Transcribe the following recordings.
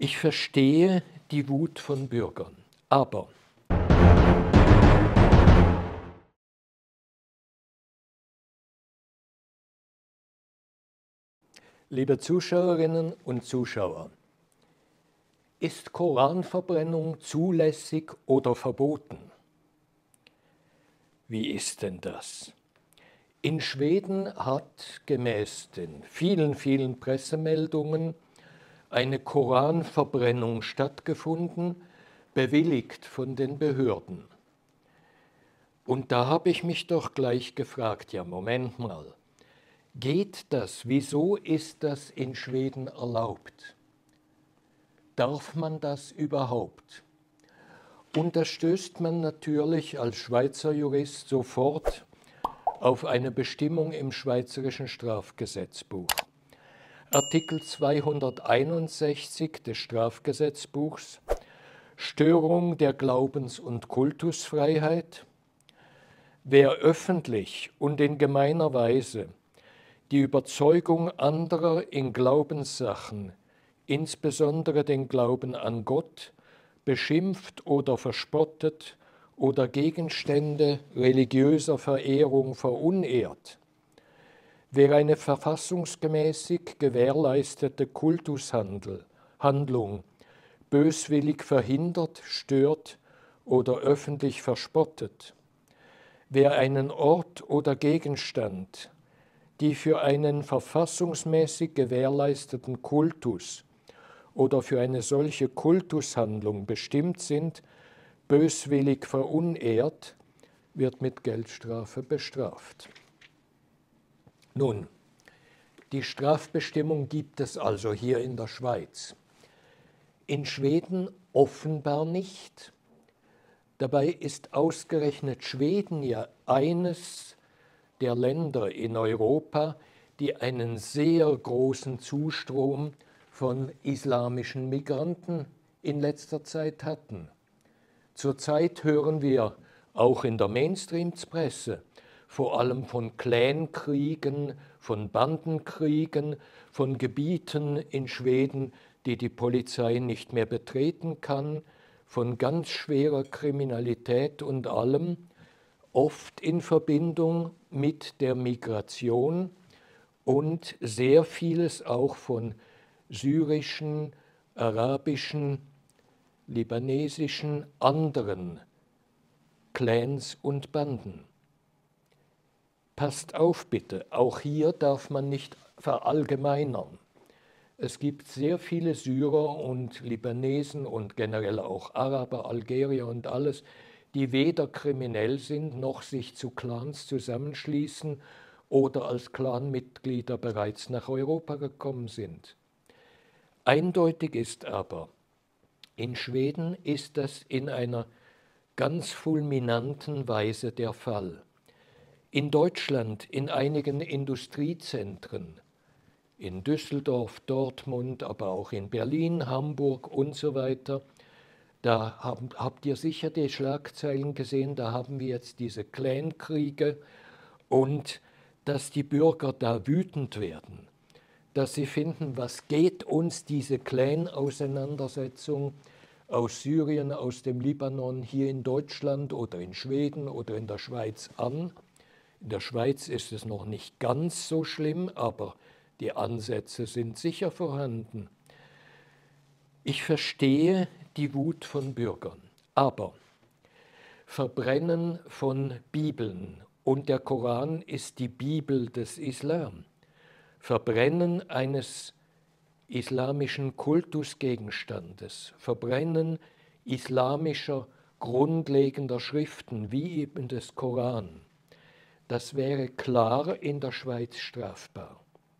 Ich verstehe die Wut von Bürgern, aber liebe Zuschauerinnen und Zuschauer, ist Koranverbrennung zulässig oder verboten? Wie ist denn das? In Schweden hat gemäß den vielen Pressemeldungen eine Koranverbrennung stattgefunden, bewilligt von den Behörden. Und da habe ich mich doch gleich gefragt, ja Moment mal, geht das? Wieso ist das in Schweden erlaubt? Darf man das überhaupt? Und da stößt man natürlich als Schweizer Jurist sofort auf eine Bestimmung im Schweizerischen Strafgesetzbuch. Artikel 261 des Strafgesetzbuchs, Störung der Glaubens- und Kultusfreiheit. Wer öffentlich und in gemeiner Weise die Überzeugung anderer in Glaubenssachen, insbesondere den Glauben an Gott, beschimpft oder verspottet oder Gegenstände religiöser Verehrung verunehrt, wer eine verfassungsgemäßig gewährleistete Kultushandlung böswillig verhindert, stört oder öffentlich verspottet, wer einen Ort oder Gegenstand, die für einen verfassungsmäßig gewährleisteten Kultus oder für eine solche Kultushandlung bestimmt sind, böswillig verunehrt, wird mit Geldstrafe bestraft. Nun, die Strafbestimmung gibt es also hier in der Schweiz. In Schweden offenbar nicht. Dabei ist ausgerechnet Schweden ja eines der Länder in Europa, die einen sehr großen Zustrom von islamischen Migranten in letzter Zeit hatten. Zurzeit hören wir auch in der Mainstream-Presse vor allem von Clankriegen, von Bandenkriegen, von Gebieten in Schweden, die die Polizei nicht mehr betreten kann, von ganz schwerer Kriminalität und allem, oft in Verbindung mit der Migration und sehr vieles auch von syrischen, arabischen, libanesischen, anderen Clans und Banden. Passt auf bitte, auch hier darf man nicht verallgemeinern. Es gibt sehr viele Syrer und Libanesen und generell auch Araber, Algerier und alles, die weder kriminell sind, noch sich zu Clans zusammenschließen oder als Clanmitglieder bereits nach Europa gekommen sind. Eindeutig ist aber, in Schweden ist das in einer ganz fulminanten Weise der Fall. In Deutschland, in einigen Industriezentren, in Düsseldorf, Dortmund, aber auch in Berlin, Hamburg und so weiter, da habt ihr sicher die Schlagzeilen gesehen, da haben wir jetzt diese Clankriege und dass die Bürger da wütend werden, dass sie finden, was geht uns diese Clan-Auseinandersetzung aus Syrien, aus dem Libanon, hier in Deutschland oder in Schweden oder in der Schweiz an. In der Schweiz ist es noch nicht ganz so schlimm, aber die Ansätze sind sicher vorhanden. Ich verstehe die Wut von Bürgern, aber Verbrennen von Bibeln, und der Koran ist die Bibel des Islam, Verbrennen eines islamischen Kultusgegenstandes, Verbrennen islamischer grundlegender Schriften wie eben des Koran, das wäre klar in der Schweiz strafbar.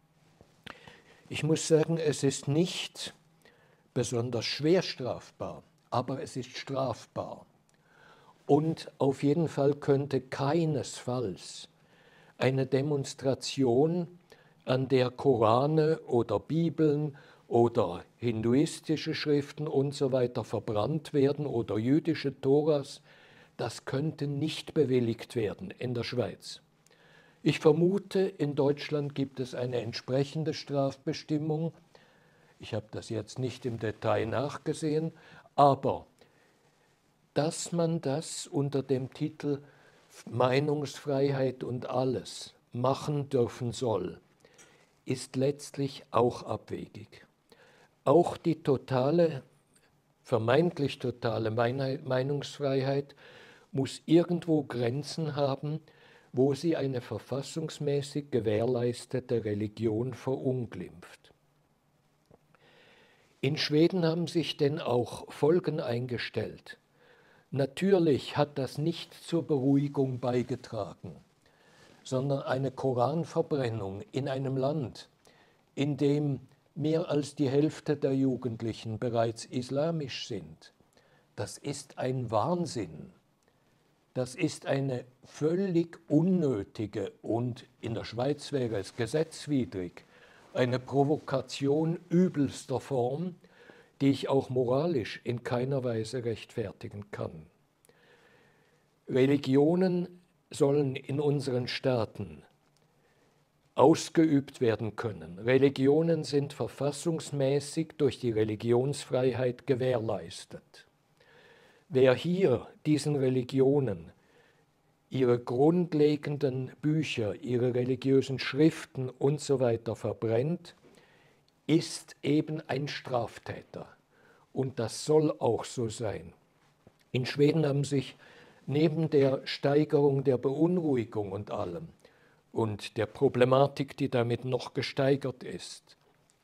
Ich muss sagen, es ist nicht besonders schwer strafbar, aber es ist strafbar. Und auf jeden Fall könnte keinesfalls eine Demonstration, an der Korane oder Bibeln oder hinduistische Schriften und so weiter verbrannt werden oder jüdische Toras, das könnte nicht bewilligt werden in der Schweiz. Ich vermute, in Deutschland gibt es eine entsprechende Strafbestimmung. Ich habe das jetzt nicht im Detail nachgesehen, aber dass man das unter dem Titel Meinungsfreiheit und alles machen dürfen soll, ist letztlich auch abwegig. Auch die vermeintlich totale Meinungsfreiheit muss irgendwo Grenzen haben, wo sie eine verfassungsmäßig gewährleistete Religion verunglimpft. In Schweden haben sich denn auch Folgen eingestellt. Natürlich hat das nicht zur Beruhigung beigetragen, sondern eine Koranverbrennung in einem Land, in dem mehr als die Hälfte der Jugendlichen bereits islamisch sind. Das ist ein Wahnsinn. Das ist eine völlig unnötige und in der Schweiz wäre es gesetzwidrig, eine Provokation übelster Form, die ich auch moralisch in keiner Weise rechtfertigen kann. Religionen sollen in unseren Staaten ausgeübt werden können. Religionen sind verfassungsmäßig durch die Religionsfreiheit gewährleistet. Wer hier diesen Religionen ihre grundlegenden Bücher, ihre religiösen Schriften und so weiter verbrennt, ist eben ein Straftäter. Und das soll auch so sein. In Schweden haben sich neben der Steigerung der Beunruhigung und allem und der Problematik, die damit noch gesteigert ist,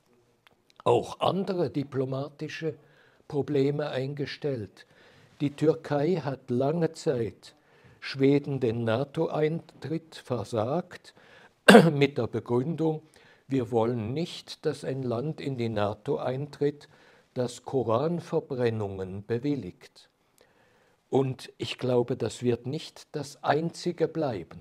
auch andere diplomatische Probleme eingestellt. Die Türkei hat lange Zeit Schweden den NATO-Eintritt versagt mit der Begründung, wir wollen nicht, dass ein Land in die NATO eintritt, das Koranverbrennungen bewilligt. Und ich glaube, das wird nicht das Einzige bleiben.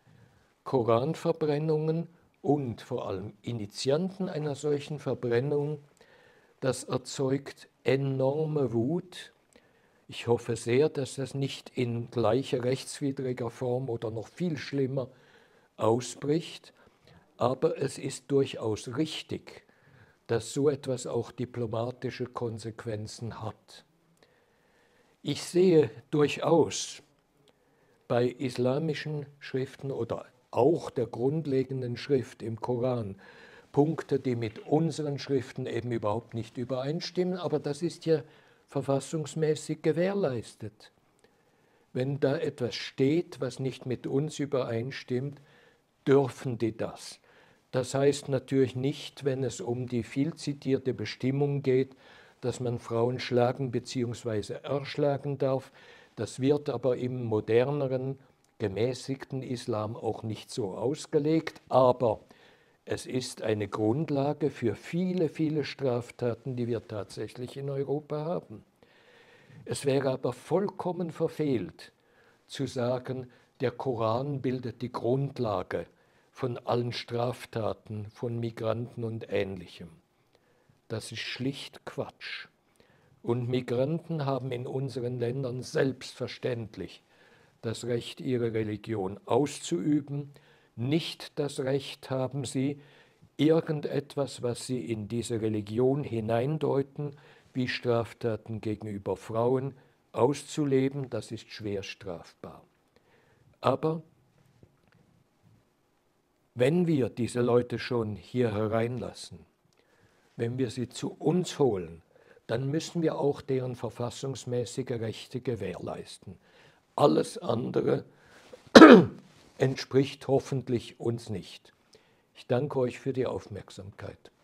Koranverbrennungen und vor allem Initianten einer solchen Verbrennung, das erzeugt enorme Wut. Ich hoffe sehr, dass das nicht in gleicher rechtswidriger Form oder noch viel schlimmer ausbricht, aber es ist durchaus richtig, dass so etwas auch diplomatische Konsequenzen hat. Ich sehe durchaus bei islamischen Schriften oder auch der grundlegenden Schrift im Koran Punkte, die mit unseren Schriften eben überhaupt nicht übereinstimmen, aber das ist ja verfassungsmäßig gewährleistet. Wenn da etwas steht, was nicht mit uns übereinstimmt, dürfen die das. Das heißt natürlich nicht, wenn es um die viel zitierte Bestimmung geht, dass man Frauen schlagen bzw. erschlagen darf. Das wird aber im moderneren, gemäßigten Islam auch nicht so ausgelegt, aber es ist eine Grundlage für viele, viele Straftaten, die wir tatsächlich in Europa haben. Es wäre aber vollkommen verfehlt zu sagen, der Koran bildet die Grundlage von allen Straftaten, von Migranten und Ähnlichem. Das ist schlicht Quatsch. Und Migranten haben in unseren Ländern selbstverständlich das Recht, ihre Religion auszuüben. Nicht das Recht haben sie, irgendetwas, was sie in diese Religion hineindeuten, wie Straftaten gegenüber Frauen auszuleben. Das ist schwer strafbar. Aber wenn wir diese Leute schon hier hereinlassen, wenn wir sie zu uns holen, dann müssen wir auch deren verfassungsmäßige Rechte gewährleisten. Alles andere entspricht hoffentlich uns nicht. Ich danke euch für die Aufmerksamkeit.